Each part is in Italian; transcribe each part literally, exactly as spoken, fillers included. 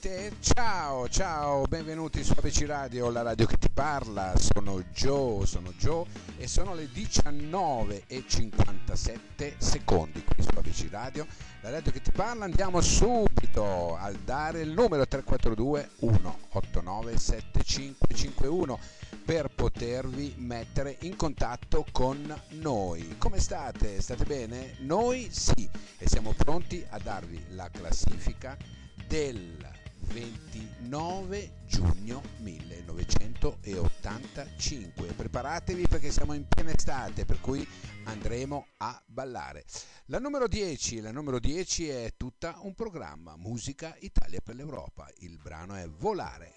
sentite? Ciao, ciao, benvenuti su A B C Radio, la radio che ti parla. Sono Joe, sono Joe e sono le diciannove e cinquantasette secondi qui su A B C Radio, la radio che ti parla. Andiamo subito al dare il numero tre quattro due uno otto nove sette cinque cinque uno per potervi mettere in contatto con noi. Come state? State bene? Noi sì, e siamo pronti a darvi la classifica del ventinove giugno millenovecentottantacinque. Preparatevi perché siamo in piena estate, per cui andremo a ballare. La numero dieci, la numero dieci è tutta un programma, Musica Italia per l'Europa. Il brano è Volare.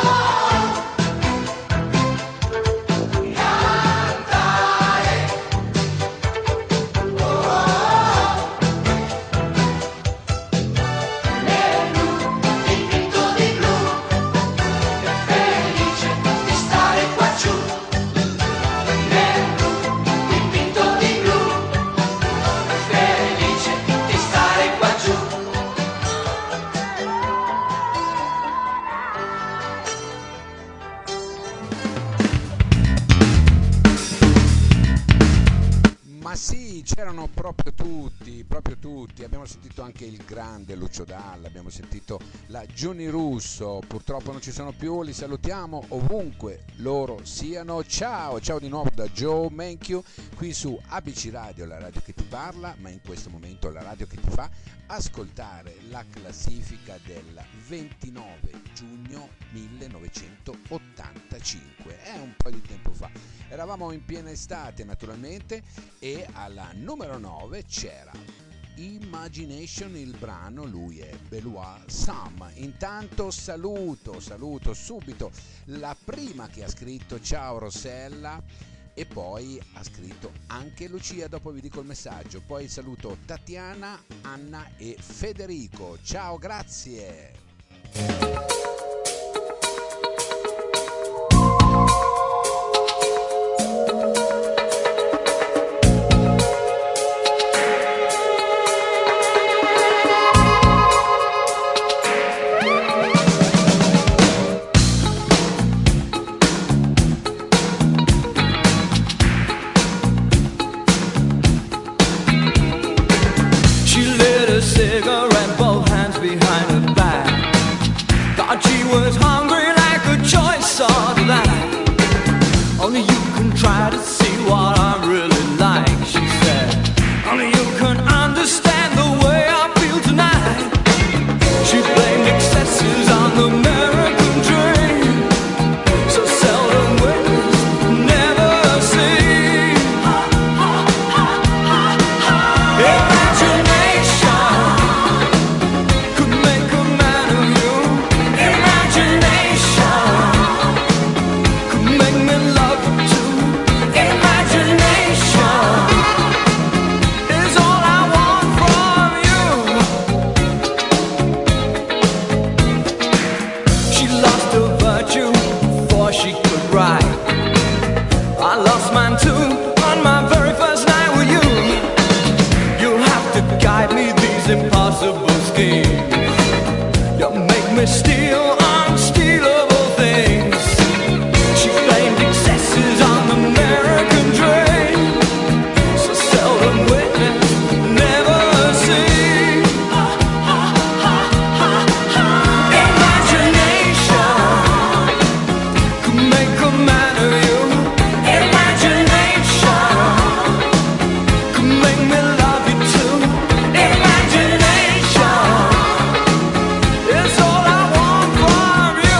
Cantare c'erano proprio tutti, proprio tutti. Abbiamo sentito anche il grande Lucio Dalla, abbiamo sentito la Giuni Russo, purtroppo non ci sono più, li salutiamo ovunque loro siano. Ciao, ciao di nuovo da Joe Menkyu qui su A B C Radio, la radio che ti parla, ma in questo momento la radio che ti fa ascoltare la classifica del ventinove giugno millenovecentottantacinque. È un po' di tempo fa, eravamo in piena estate naturalmente, e alla numero nove c'era Imagination, il brano, lui è Benoît Sam. Intanto saluto, saluto subito la prima che ha scritto ciao Rossella, e poi ha scritto anche Lucia, dopo vi dico il messaggio. Poi saluto Tatiana, Anna e Federico. Ciao, grazie. Cigarette, both hands behind her back. Thought she was hungry like a choice of that. Only you can try to see what I'm really like, she said. Only you can understand the way I feel tonight. She blamed excesses on the American dream, so seldom witnessed, never seen. Imagination could make a man of you. Imagination could make me love you too. Imagination is all I want from you. She lost her virtue before she could write. I lost mine too on my very first night with you. You'll have to guide me these impossible schemes. You'll make me steal unstealable things. She blamed excesses on the American dream, so seldom witnessed, never seen. Imagination could make a man of you. Imagination could make me love you too. Imagination is all I want from you.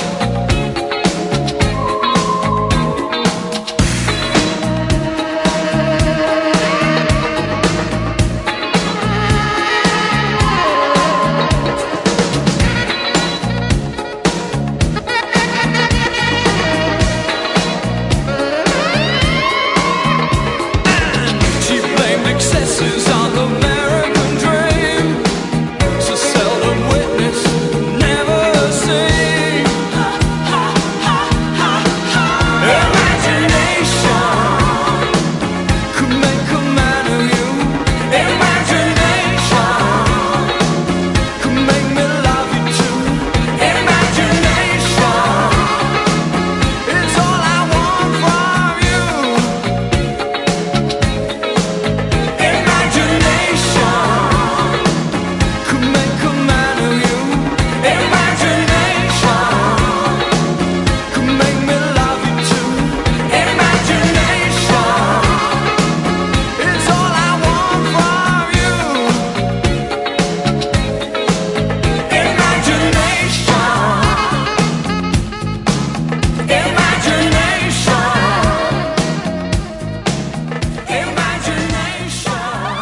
She blamed excesses on the American dream, so seldom witnessed, never seen. Imagination could make a man of you. Imagination could make me love you too. Imagination is all I want from you. Imagination could make a man of you. Imagination could make me love you too. Imagination is all I want from you. Imagination, imagination,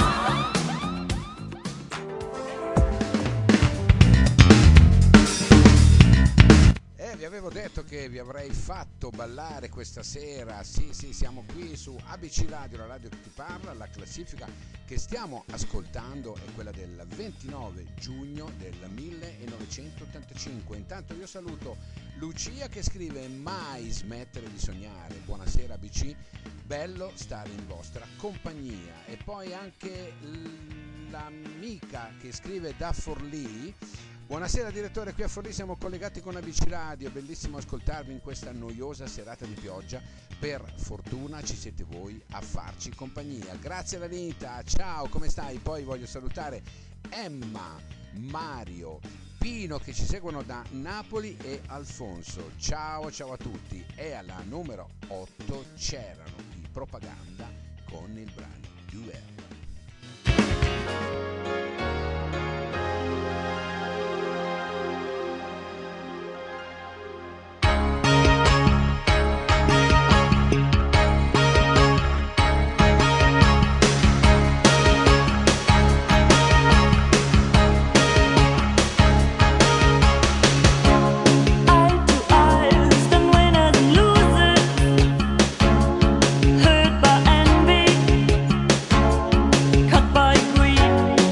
Eh, vi avevo detto che vi avrei fatto ballare questa sera. Sì, sì, siamo qui su A B C Radio, la radio che ti parla. La classifica che stiamo ascoltando è quella del ventinove giugno del millenovecentottantacinque. Intanto io saluto Lucia che scrive mai smettere di sognare. Buonasera A B C, bello stare in vostra compagnia. E poi anche l- l'amica che scrive da Forlì Buonasera direttore, qui a Forlì siamo collegati con A B C Radio, bellissimo ascoltarvi in questa noiosa serata di pioggia. Per fortuna ci siete voi a farci compagnia. Grazie Lanita, ciao, come stai? Poi voglio salutare Emma, Mario, Pino che ci seguono da Napoli e Alfonso. Ciao, ciao a tutti. E alla numero otto c'erano i Propaganda con il brano Duel. Hurt by envy, cut by greed.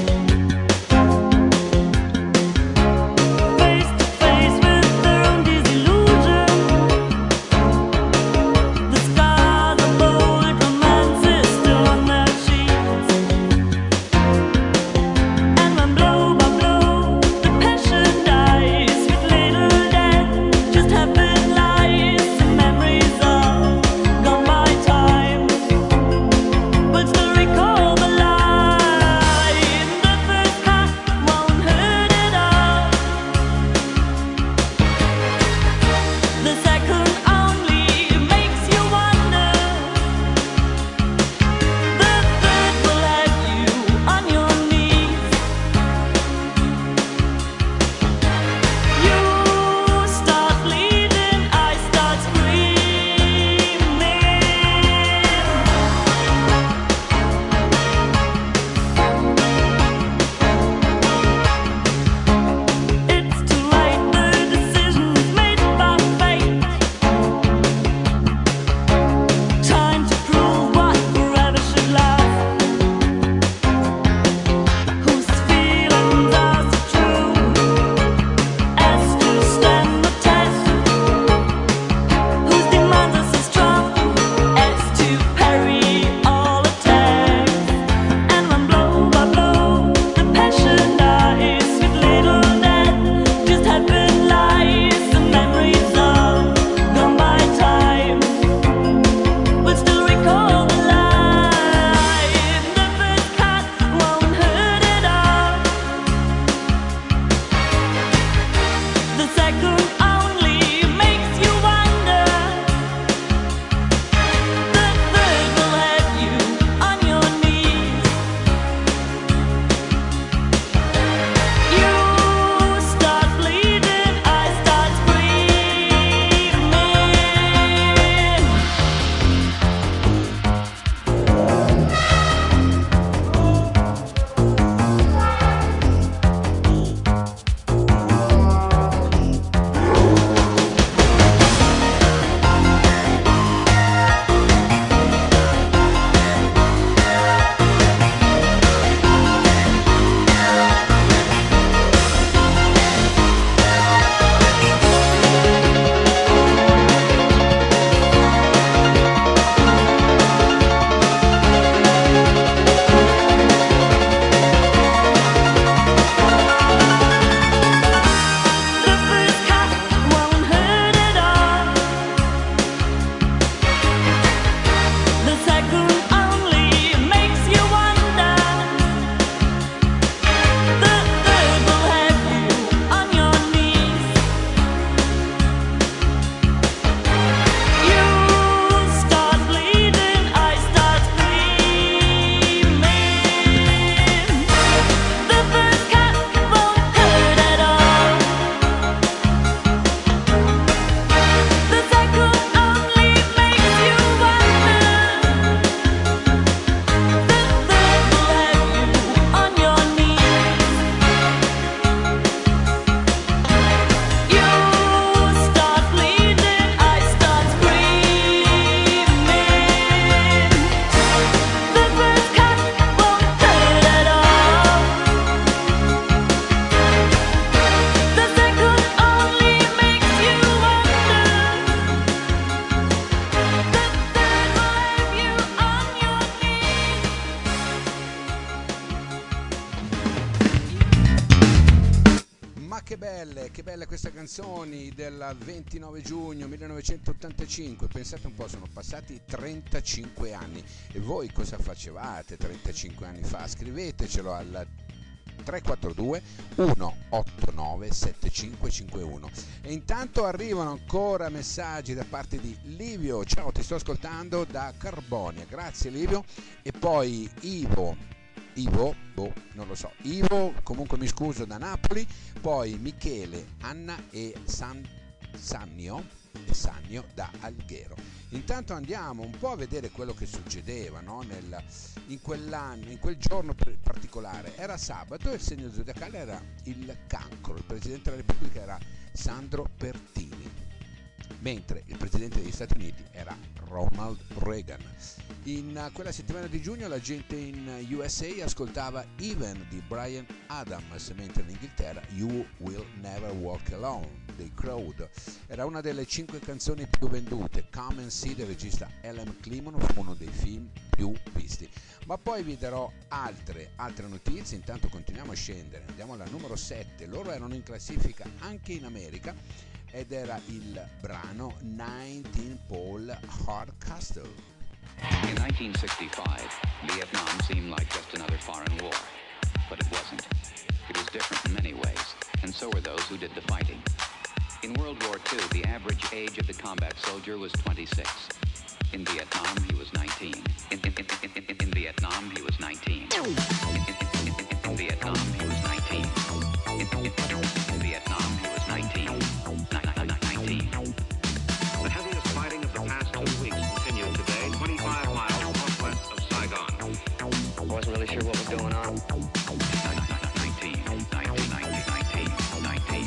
belle, che belle queste canzoni del ventinove giugno millenovecentottantacinque. Pensate un po', sono passati trentacinque anni. E voi cosa facevate trentacinque anni fa? Scrivetecelo al tre quattro due uno otto nove sette cinque cinque uno. E intanto arrivano ancora messaggi da parte di Livio. Ciao, ti sto ascoltando da Carbonia. Grazie Livio. E poi Ivo Ivo, boh, non lo so, Ivo, comunque mi scuso, da Napoli, poi Michele, Anna e San, Sannio, e Sannio da Alghero. Intanto andiamo un po' a vedere quello che succedeva, no? Nel, in quell'anno, in quel giorno particolare. Era sabato e il segno zodiacale era il Cancro, il Presidente della Repubblica era Sandro Pertini, mentre il Presidente degli Stati Uniti era Ronald Reagan. In quella settimana di giugno la gente in U S A ascoltava Even di Bryan Adams, mentre in Inghilterra You Will Never Walk Alone dei Crowd era una delle cinque canzoni più vendute. Come and See del regista Alan Clemon fu uno dei film più visti. Ma poi vi darò altre, altre notizie. Intanto continuiamo a scendere, andiamo alla numero sette. Loro erano in classifica anche in America ed era il brano nineteen Paul Hardcastle. In nineteen sixty-five, Vietnam seemed like just another foreign war. But it wasn't. It was different in many ways, and so were those who did the fighting. In World War Two, the average age of the combat soldier was twenty-six. In Vietnam, he was nineteen. In, in, in, in, in, in Vietnam, he was nineteen. In, in, in, in, in Vietnam, he was nineteen. In, in, in, in Vietnam, he was nineteen. nineteen. The heaviest fighting of the past two weeks continued today, twenty-five miles northwest of Saigon. I wasn't really sure what was going on. nineteen, nineteen, nineteen, nineteen.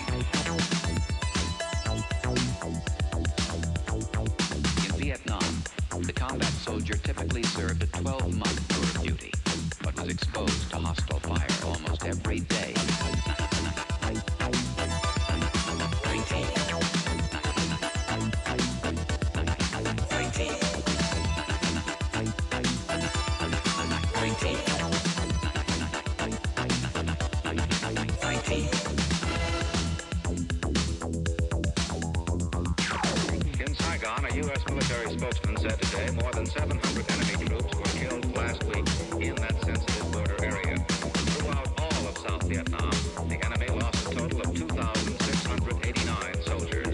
In Vietnam, the combat soldier typically served a twelve-month tour of duty, but was exposed to hostile fire almost every day. In Saigon, a U S military spokesman said today more than seven hundred enemy troops were killed last week in that sensitive border area. Throughout all of South Vietnam, the enemy lost a total of two thousand six hundred eighty-nine soldiers.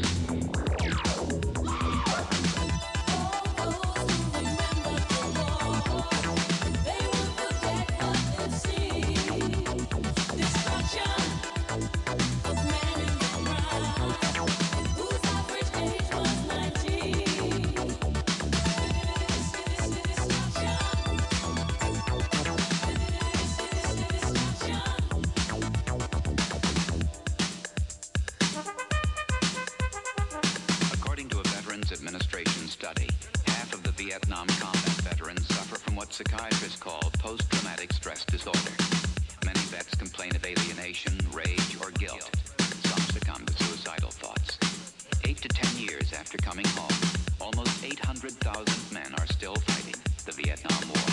According to a Veterans Administration study, half of the Vietnam combat veterans suffer from what psychiatrists call post-traumatic stress disorder. Many vets complain of alienation, rage, or guilt. Some succumb to suicidal thoughts. Eight to ten years after coming home, almost eight hundred thousand men are still fighting the Vietnam War.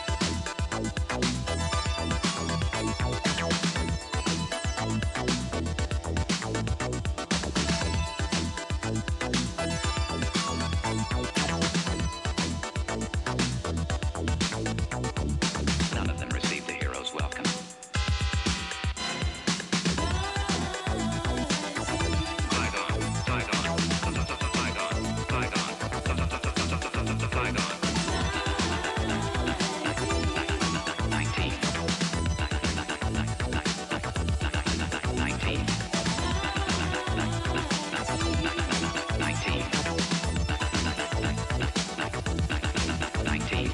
None of them received the hero's welcome. Saigon, Saigon, Saigon, Saigon, Saigon. nineteen. nineteen. nineteen. nineteen.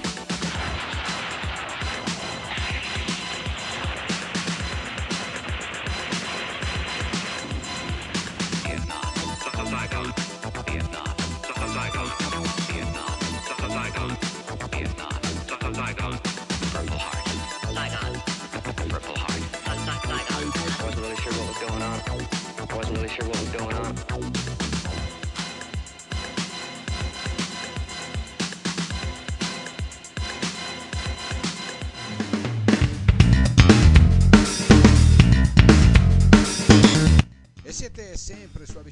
Vietnam. Saigon, Vietnam. Saigon, Vietnam. Saigon, Vietnam. Saigon. Purple Heart. Saigon. Purple Heart. Saigon. I wasn't really sure what was going on. I wasn't really sure what was going on. E siete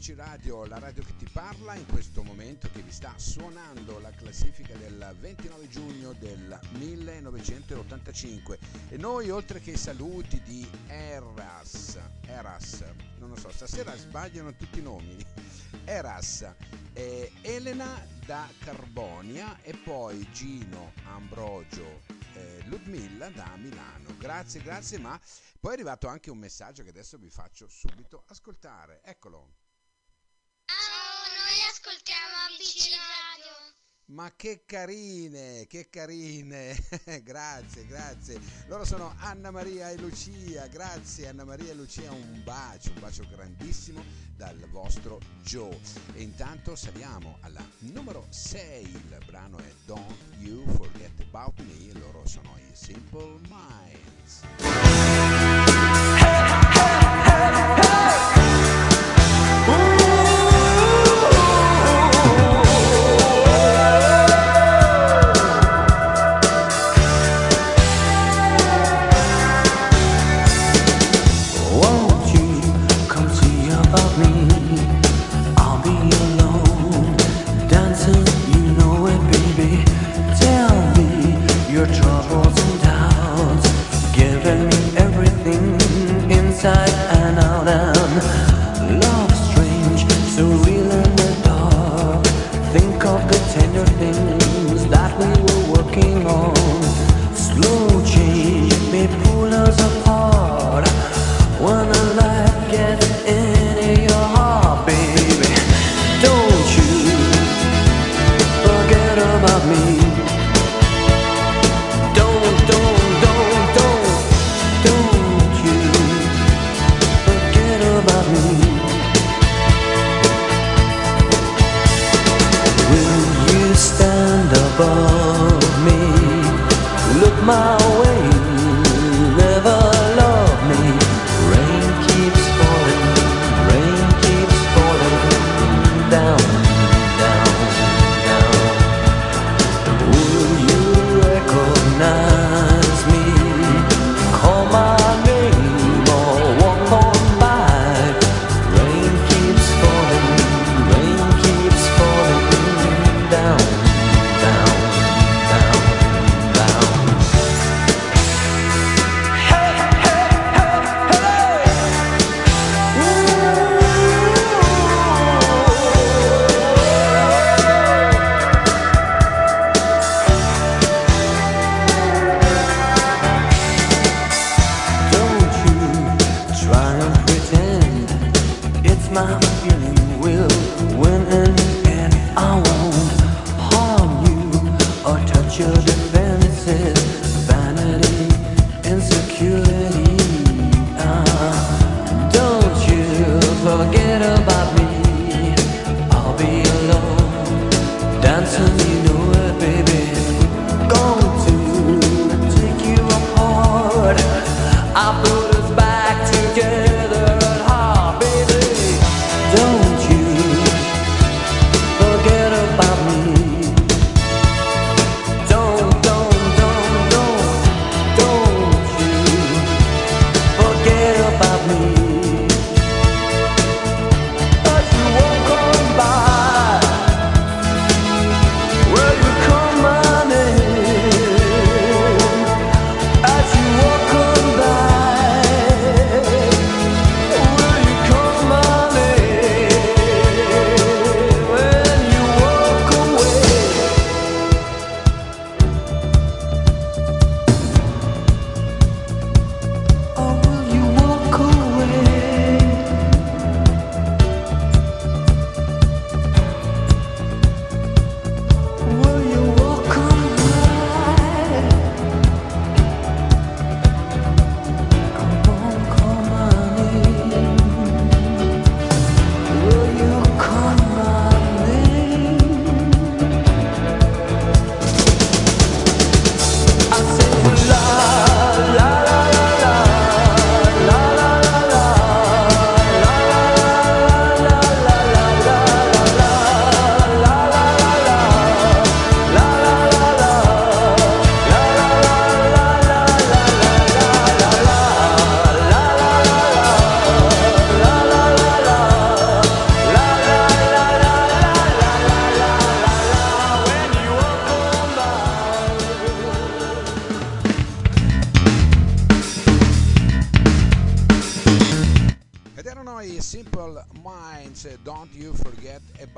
B C Radio, la radio che ti parla, in questo momento che vi sta suonando la classifica del ventinove giugno del millenovecentottantacinque. E noi, oltre che i saluti di Eras, Eras, non lo so, stasera sbagliano tutti i nomi, Eras, eh, Elena da Carbonia e poi Gino, Ambrogio, eh, Ludmilla da Milano. Grazie, grazie, ma poi è arrivato anche un messaggio che adesso vi faccio subito ascoltare. Eccolo. Ciao, noi ascoltiamo A B C Radio. Ma che carine, che carine. Grazie, grazie. Loro sono Anna Maria e Lucia. Grazie Anna Maria e Lucia, un bacio, un bacio grandissimo dal vostro Joe. E intanto saliamo alla numero sei. Il brano è Don't You Forget About Me. Loro sono i Simple Minds. Down, down, down, down.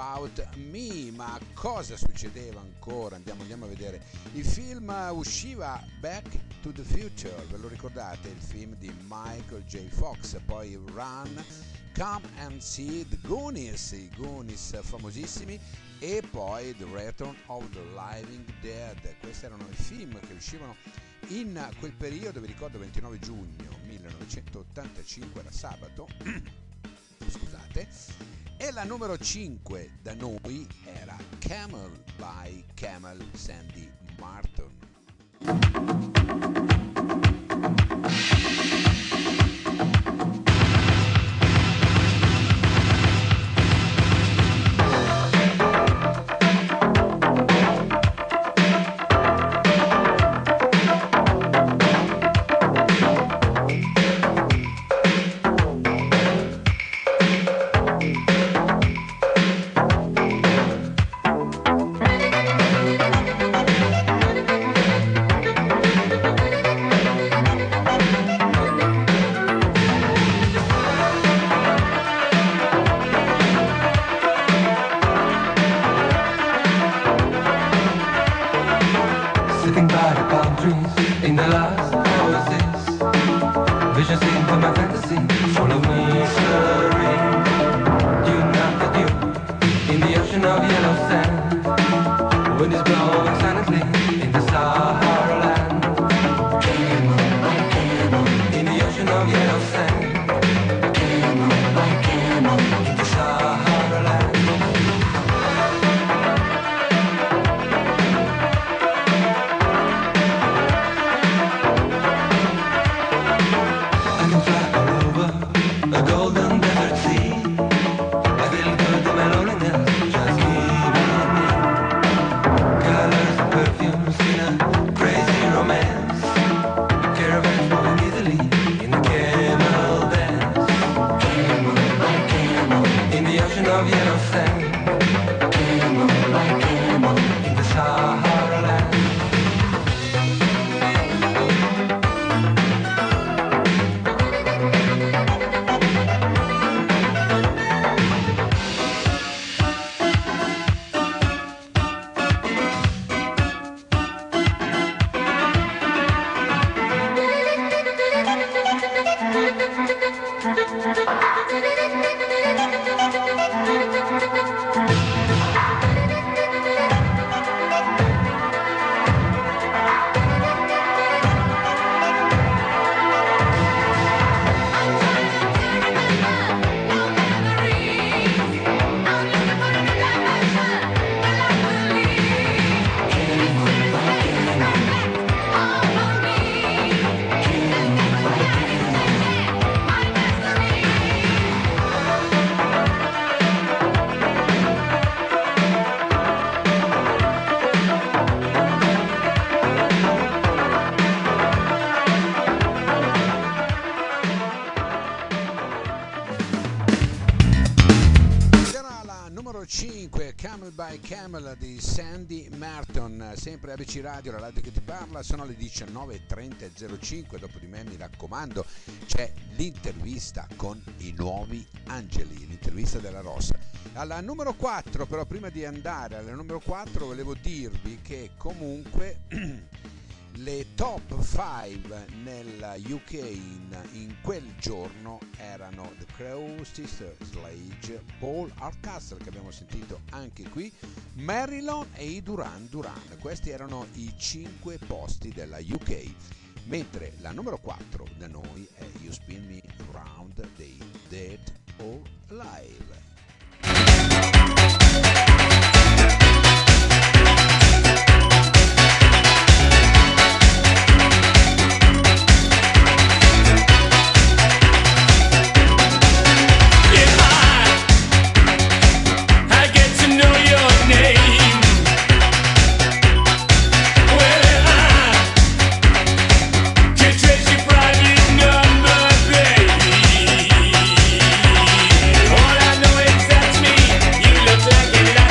About Me. Ma cosa succedeva ancora? Andiamo, andiamo a vedere. Il film usciva Back to the Future, ve lo ricordate? Il film di Michael J. Fox, poi Run, Come and See the Goonies, i Goonies famosissimi, e poi The Return of the Living Dead. Questi erano i film che uscivano in quel periodo. Vi ricordo ventinove giugno millenovecentottantacinque, era sabato. Scusate. E la numero cinque da noi era Camel by Camel, Sandy Martin. Camel di Sandy Martin, sempre A B C Radio, la radio che ti parla. Sono le diciannove e trenta e zero cinque. Dopo di me, mi raccomando, c'è l'intervista con i nuovi angeli, l'intervista della Rossa. Alla numero quattro, però, prima di andare alla numero quattro, volevo dirvi che comunque le top cinque nella U K in, in quel giorno erano The Crow, Sister Sledge, Paul Hardcastle, che abbiamo sentito anche qui, Marilyn e i Duran Duran. Questi erano i cinque posti della U K, mentre la numero quattro da noi è You Spin Me Round dei Dead or Alive. All I know is that to me, you look like an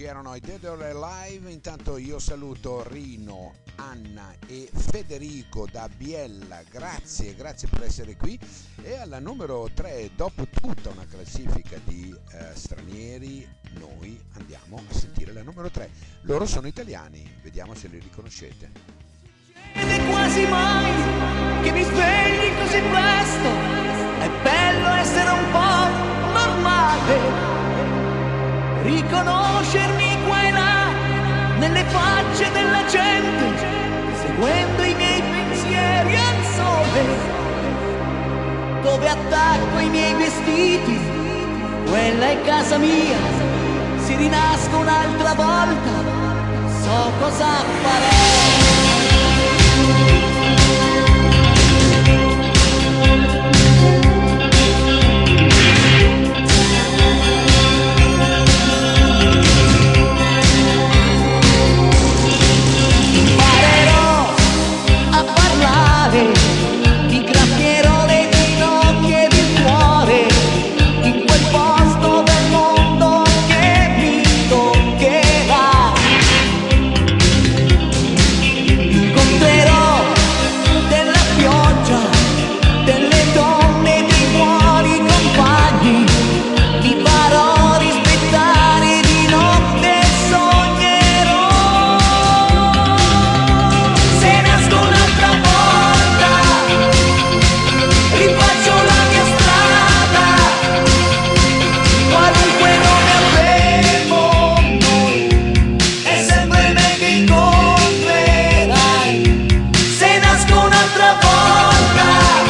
erano i Dead or Alive. Intanto io saluto Rino, Anna e Federico da Biella, grazie, grazie per essere qui. E alla numero tre, dopo tutta una classifica di eh, stranieri, noi andiamo a sentire la numero tre. Loro sono italiani, vediamo se li riconoscete. Ed quasi mai che mi svegli così presto, è bello essere un po' normale. Riconoscermi qua e là nelle facce della gente, seguendo i miei pensieri al sole, dove attacco i miei vestiti, quella è casa mia, si rinasco un'altra volta, so cosa farò. Mi graffierò le ginocchia ed il cuore in quel posto del mondo che mi toccherà. Incontrerò della pioggia, delle donne, dei buoni compagni, mi farò rispettare di notte, sognerò. Se nasco un'altra volta rifaccio la mia strada, qualunque nome avremo noi, è sempre me che incontrerai. Se nasco un'altra volta,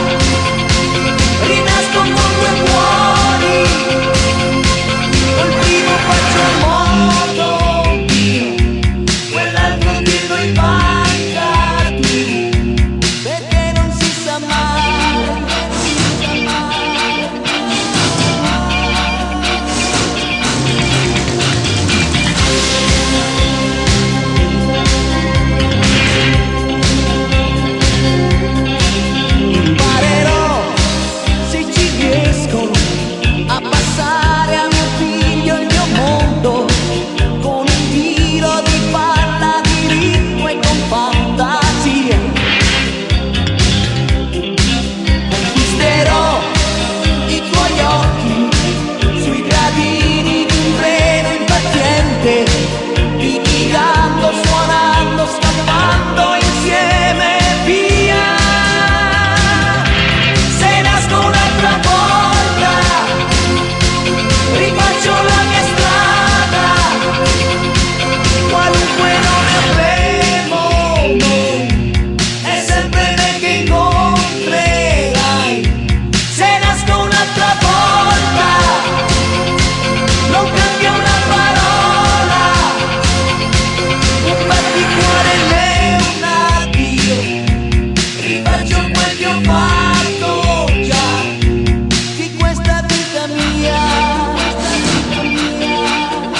rinasco con due cuori, col primo faccio il modo mio, quell'altro dico in banca tu, perché non si sa mai, non si sa mai. Imparerò, se ci riesco, a passare a mio figlio il mio mondo, con un tiro di palla, di ritmo e con fantasia. Conquisterò i tuoi occhi sui gradini di un treno impaziente, litigando, suonando, scappando insieme via. Se nasco un'altra volta, rifaccio la mia strada, qualunque nome avremo noi, è sempre me che incontrerai. Se nasco un'altra volta, non cambia una parola, un batticuore né un addio, rifaccio quel che ho fatto già, di questa vita mia, questa vita mia.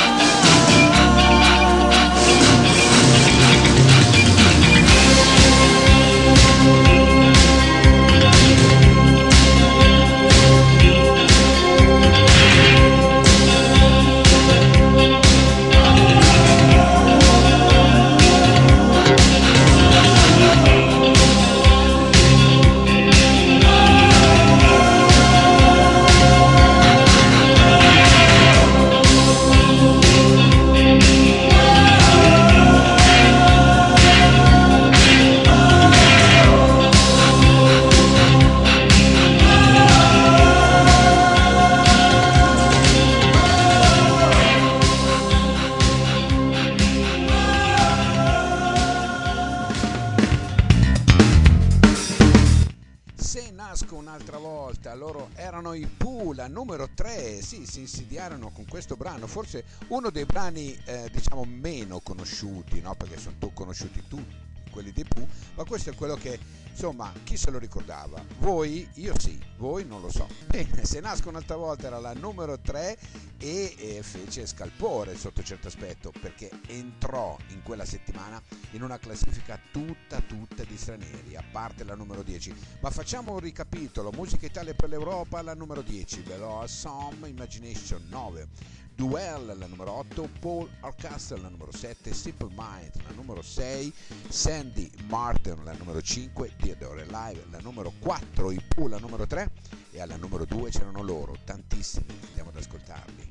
Se nasco un'altra volta, loro erano i Pooh, la numero tre, sì, si insidiarono con questo brano, forse uno dei brani eh, diciamo meno conosciuti, no? Perché sono tu- conosciuti tutti quelli dei Pooh, ma questo è quello che, insomma, chi se lo ricordava? Voi? Io sì, voi non lo so. Bene, Se nasco un'altra volta era la numero tre e, e fece scalpore sotto certo aspetto, perché entrò in quella settimana in una classifica tutta tutta di stranieri, a parte la numero dieci. Ma facciamo un ricapitolo: Musica Italia per l'Europa, la numero dieci, Below Some, Imagination nove, Duell la numero otto, Paul Orchestra la numero sette, Simple Mind la numero sei, Sandy Martin la numero cinque, Theodore Live la numero quattro, i Pooh la numero tre e alla numero due c'erano loro, tantissimi, andiamo ad ascoltarli.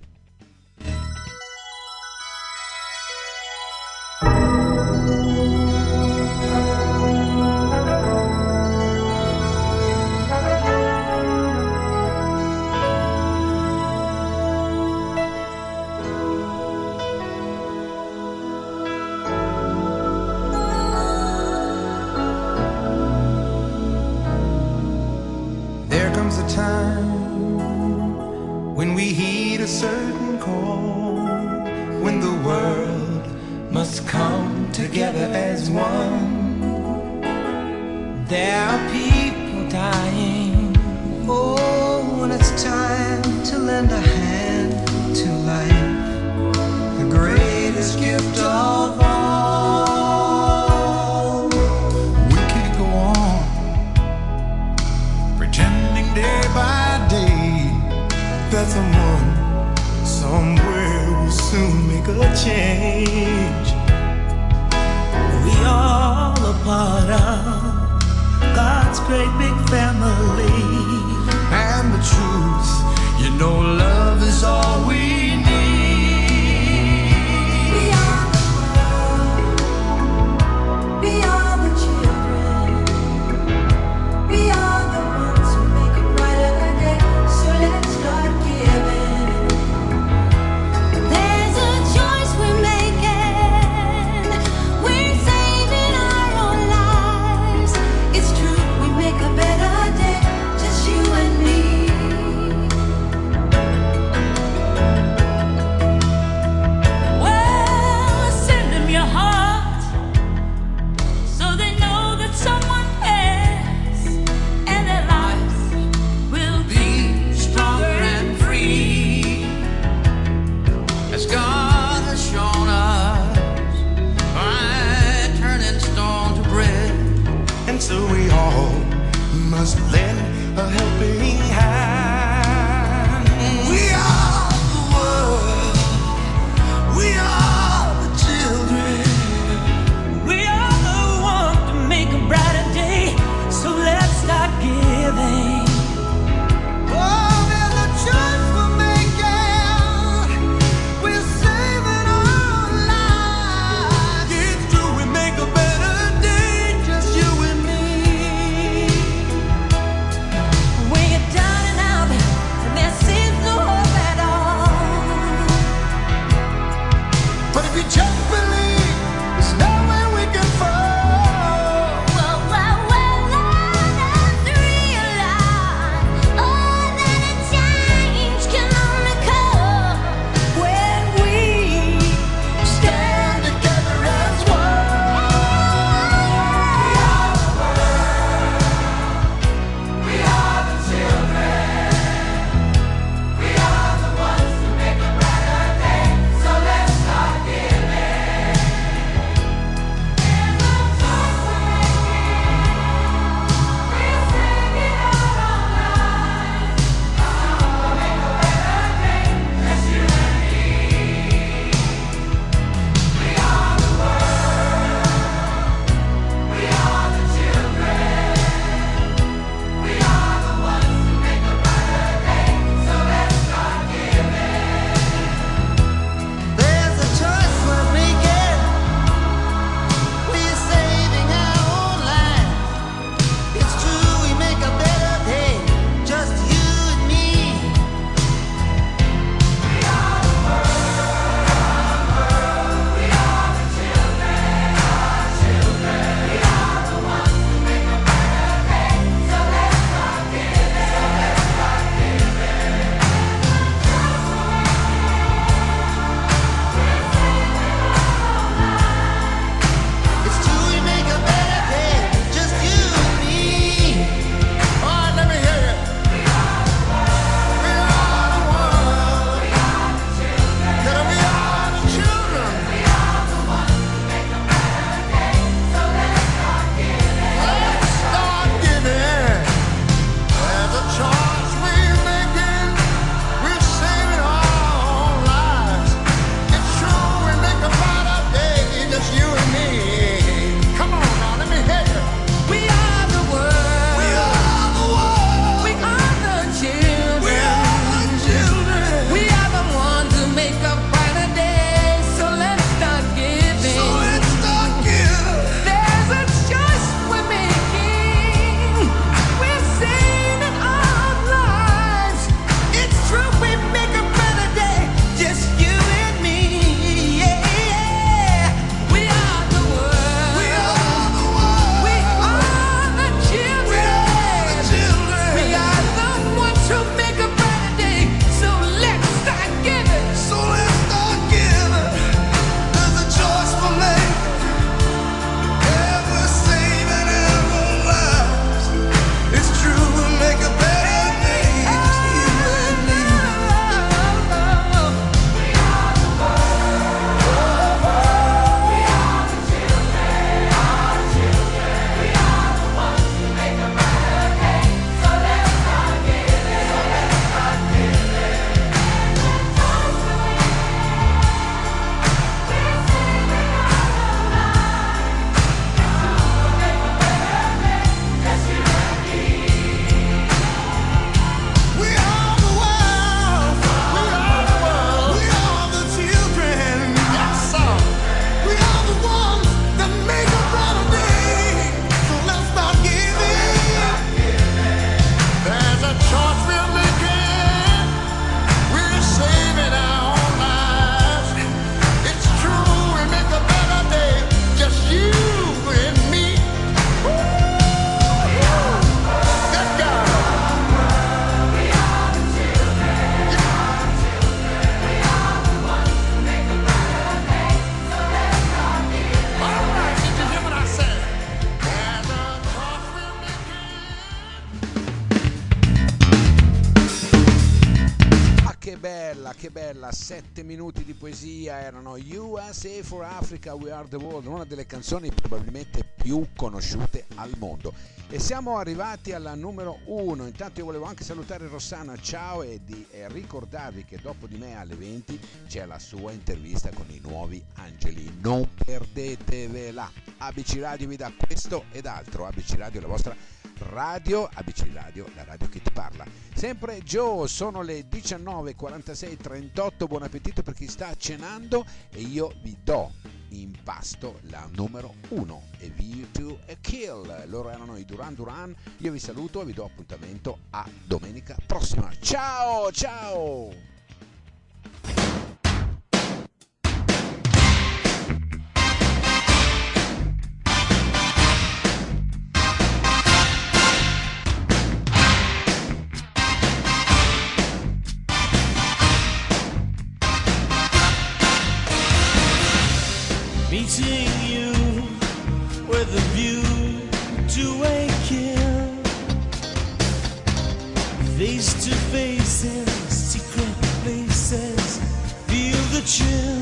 Certain call when the world must come together as one. There are people dying. Oh, when it's time to lend a hand to life, the greatest gift of all. We can't go on pretending day by day that someone somewhere will soon make a change. We all a part of God's great big family. And the truth, you know, love is all we need. We are the world. We are the children. We are the ones who make a brighter day. So let's start giving. So we all must lend a helping hand. We are the world. We are the children. We are the ones to make a brighter day. So let's start giving. Oh, there's a choice we're making. We're saving our lives. It's true, we make a better day. Just you and me. bella, che bella, sette minuti di poesia erano U S A for Africa, We Are the World, una delle canzoni probabilmente più conosciute al mondo. E siamo arrivati alla numero uno. Intanto io volevo anche salutare Rossana, ciao, e, di, e ricordarvi che dopo di me alle venti c'è la sua intervista con i nuovi angeli, non perdetevela. A B C Radio vi dà questo ed altro. A B C Radio, la vostra radio, A B C Radio, la radio che ti parla. Sempre Joe, sono le diciannove e quarantasei trentotto, buon appetito per chi sta cenando e io vi do in pasto la numero uno, A View to a Kill. Loro erano i Duran Duran. Io vi saluto e vi do appuntamento a domenica prossima. Ciao ciao. Meeting you with a view to a kill. Face to face in secret places, feel the chill.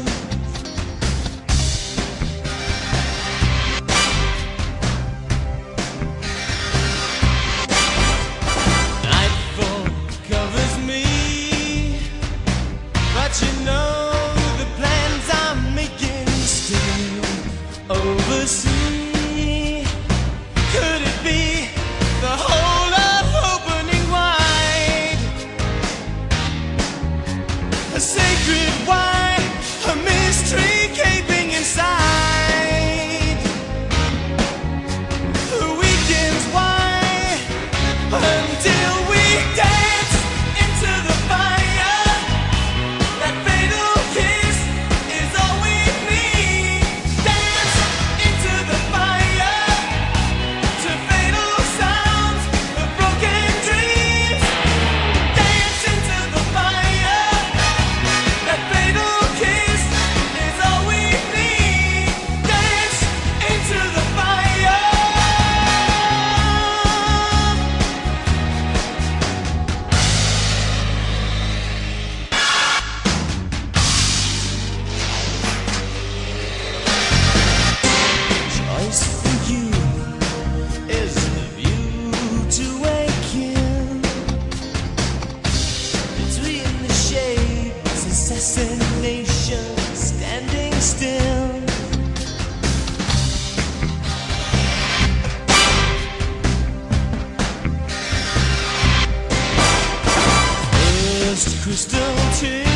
Nightfall covers me, but you know oversea. Could it be the whole of opening wide? A sacred wine, a mystery gaping inside. The weekend's why until we dance into the fire. That fatal kiss is all we need. Assassination, standing still. First crystal tear.